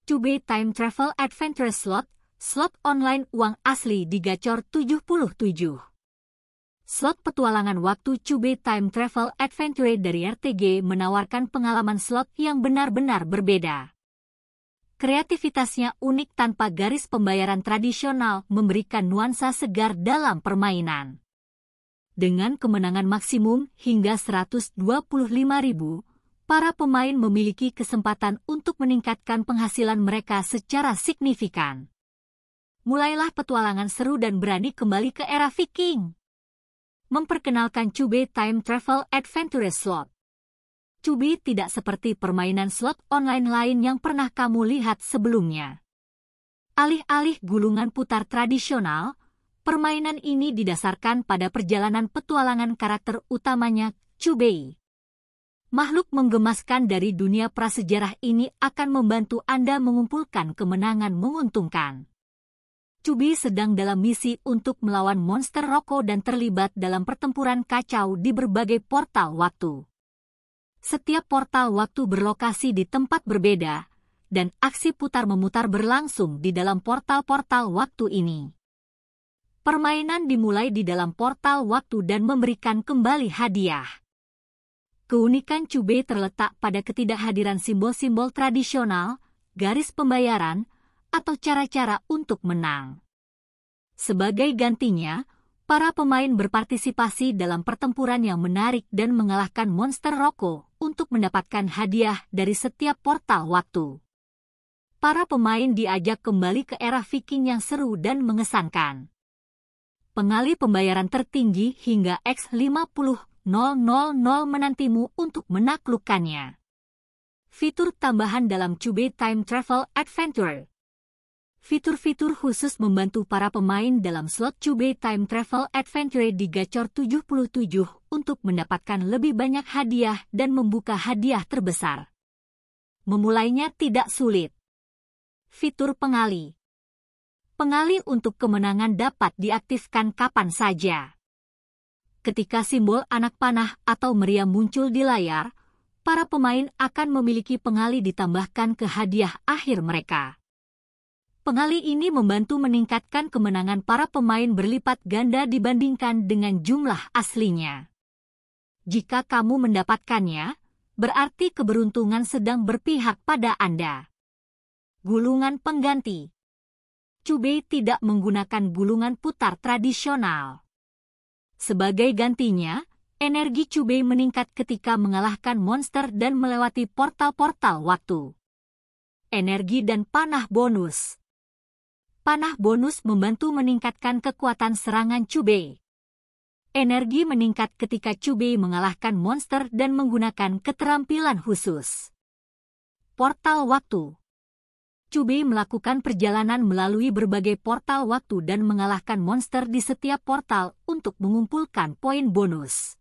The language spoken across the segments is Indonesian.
Cube Time Travel Adventure slot online uang asli di Gacor 77. Slot petualangan waktu Cube Time Travel Adventure dari RTG menawarkan pengalaman slot yang benar-benar berbeda. Kreativitasnya unik tanpa garis pembayaran tradisional, memberikan nuansa segar dalam permainan. Dengan kemenangan maksimum hingga 125.000, para pemain memiliki kesempatan untuk meningkatkan penghasilan mereka secara signifikan. Mulailah petualangan seru dan berani kembali ke era Viking. Memperkenalkan Cube Time Travel Adventure Slot. Cube tidak seperti permainan slot online lain yang pernah kamu lihat sebelumnya. Alih-alih gulungan putar tradisional, permainan ini didasarkan pada perjalanan petualangan karakter utamanya, Cube. Makhluk menggemaskan dari dunia prasejarah ini akan membantu Anda mengumpulkan kemenangan menguntungkan. Cube sedang dalam misi untuk melawan monster Roko dan terlibat dalam pertempuran kacau di berbagai portal waktu. Setiap portal waktu berlokasi di tempat berbeda, dan aksi putar-memutar berlangsung di dalam portal-portal waktu ini. Permainan dimulai di dalam portal waktu dan memberikan kembali hadiah. Keunikan Cube terletak pada ketidakhadiran simbol-simbol tradisional, garis pembayaran, atau cara-cara untuk menang. Sebagai gantinya, para pemain berpartisipasi dalam pertempuran yang menarik dan mengalahkan monster Roko untuk mendapatkan hadiah dari setiap portal waktu. Para pemain diajak kembali ke era Viking yang seru dan mengesankan. Pengali pembayaran tertinggi hingga X50.000 menantimu untuk menaklukkannya. Fitur tambahan dalam Cube Time Travel Adventure. Fitur-fitur khusus membantu para pemain dalam slot Cube Time Travel Adventure di Gacor 77 untuk mendapatkan lebih banyak hadiah dan membuka hadiah terbesar. Memulainya tidak sulit. Fitur pengali. Pengali untuk kemenangan dapat diaktifkan kapan saja. Ketika simbol anak panah atau meriam muncul di layar, para pemain akan memiliki pengali ditambahkan ke hadiah akhir mereka. Pengali ini membantu meningkatkan kemenangan para pemain berlipat ganda dibandingkan dengan jumlah aslinya. Jika kamu mendapatkannya, berarti keberuntungan sedang berpihak pada Anda. Gulungan pengganti. Cube tidak menggunakan gulungan putar tradisional. Sebagai gantinya, energi Cube meningkat ketika mengalahkan monster dan melewati portal-portal waktu. Energi dan panah bonus. Panah bonus membantu meningkatkan kekuatan serangan Cube. Energi meningkat ketika Cube mengalahkan monster dan menggunakan keterampilan khusus. Portal waktu. Cube melakukan perjalanan melalui berbagai portal waktu dan mengalahkan monster di setiap portal untuk mengumpulkan poin bonus.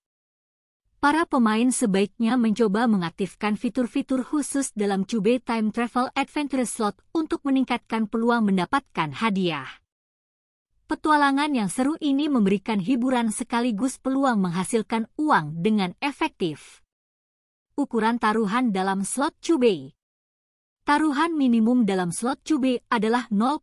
Para pemain sebaiknya mencoba mengaktifkan fitur-fitur khusus dalam Cube Time Travel Adventure Slot untuk meningkatkan peluang mendapatkan hadiah. Petualangan yang seru ini memberikan hiburan sekaligus peluang menghasilkan uang dengan efektif. Ukuran taruhan dalam slot Cube. Taruhan minimum dalam slot Cube adalah 0,10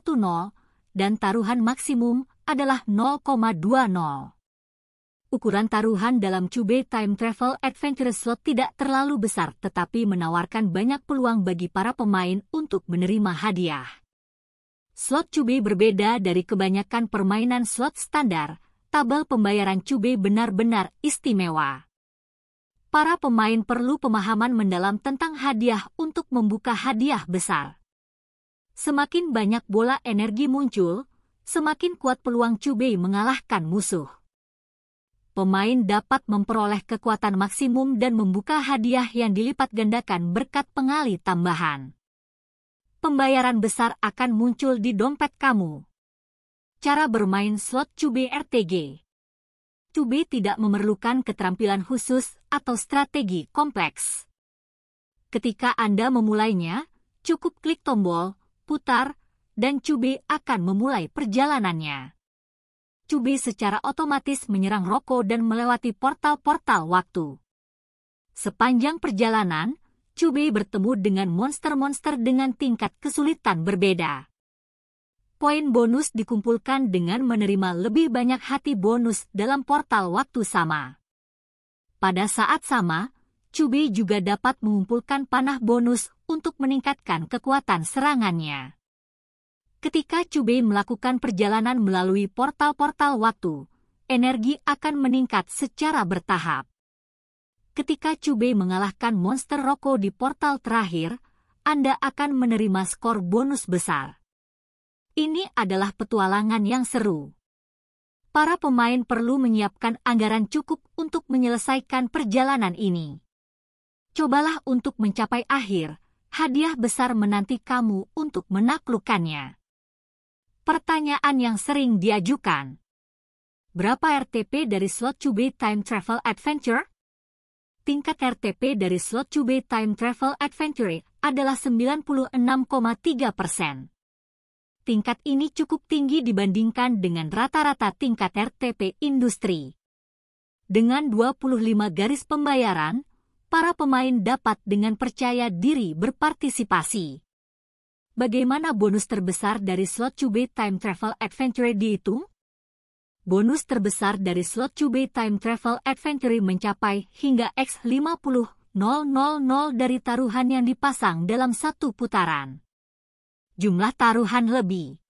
dan taruhan maksimum adalah 0,20. Ukuran taruhan dalam Cube Time Travel Adventure Slot tidak terlalu besar tetapi menawarkan banyak peluang bagi para pemain untuk menerima hadiah. Slot Cube berbeda dari kebanyakan permainan slot standar, tabel pembayaran Cube benar-benar istimewa. Para pemain perlu pemahaman mendalam tentang hadiah untuk membuka hadiah besar. Semakin banyak bola energi muncul, semakin kuat peluang Cube mengalahkan musuh. Pemain dapat memperoleh kekuatan maksimum dan membuka hadiah yang dilipat gandakan berkat pengali tambahan. Pembayaran besar akan muncul di dompet kamu. Cara bermain slot Cube RTG. Cube tidak memerlukan keterampilan khusus atau strategi kompleks. Ketika Anda memulainya, cukup klik tombol, putar, dan Cube akan memulai perjalanannya. Cube secara otomatis menyerang Roko dan melewati portal-portal waktu. Sepanjang perjalanan, Cube bertemu dengan monster-monster dengan tingkat kesulitan berbeda. Poin bonus dikumpulkan dengan menerima lebih banyak hati bonus dalam portal waktu sama. Pada saat sama, Cube juga dapat mengumpulkan panah bonus untuk meningkatkan kekuatan serangannya. Ketika Cube melakukan perjalanan melalui portal-portal waktu, energi akan meningkat secara bertahap. Ketika Cube mengalahkan monster Roko di portal terakhir, Anda akan menerima skor bonus besar. Ini adalah petualangan yang seru. Para pemain perlu menyiapkan anggaran cukup untuk menyelesaikan perjalanan ini. Cobalah untuk mencapai akhir, hadiah besar menanti kamu untuk menaklukkannya. Pertanyaan yang sering diajukan. Berapa RTP dari slot Cube Time Travel Adventure? Tingkat RTP dari slot Cube Time Travel Adventure adalah 96,3%. Tingkat ini cukup tinggi dibandingkan dengan rata-rata tingkat RTP industri. Dengan 25 garis pembayaran, para pemain dapat dengan percaya diri berpartisipasi. Bagaimana bonus terbesar dari slot Cube Time Travel Adventure dihitung? Bonus terbesar dari slot Cube Time Travel Adventure mencapai hingga X50.000 dari taruhan yang dipasang dalam satu putaran. Jumlah taruhan lebih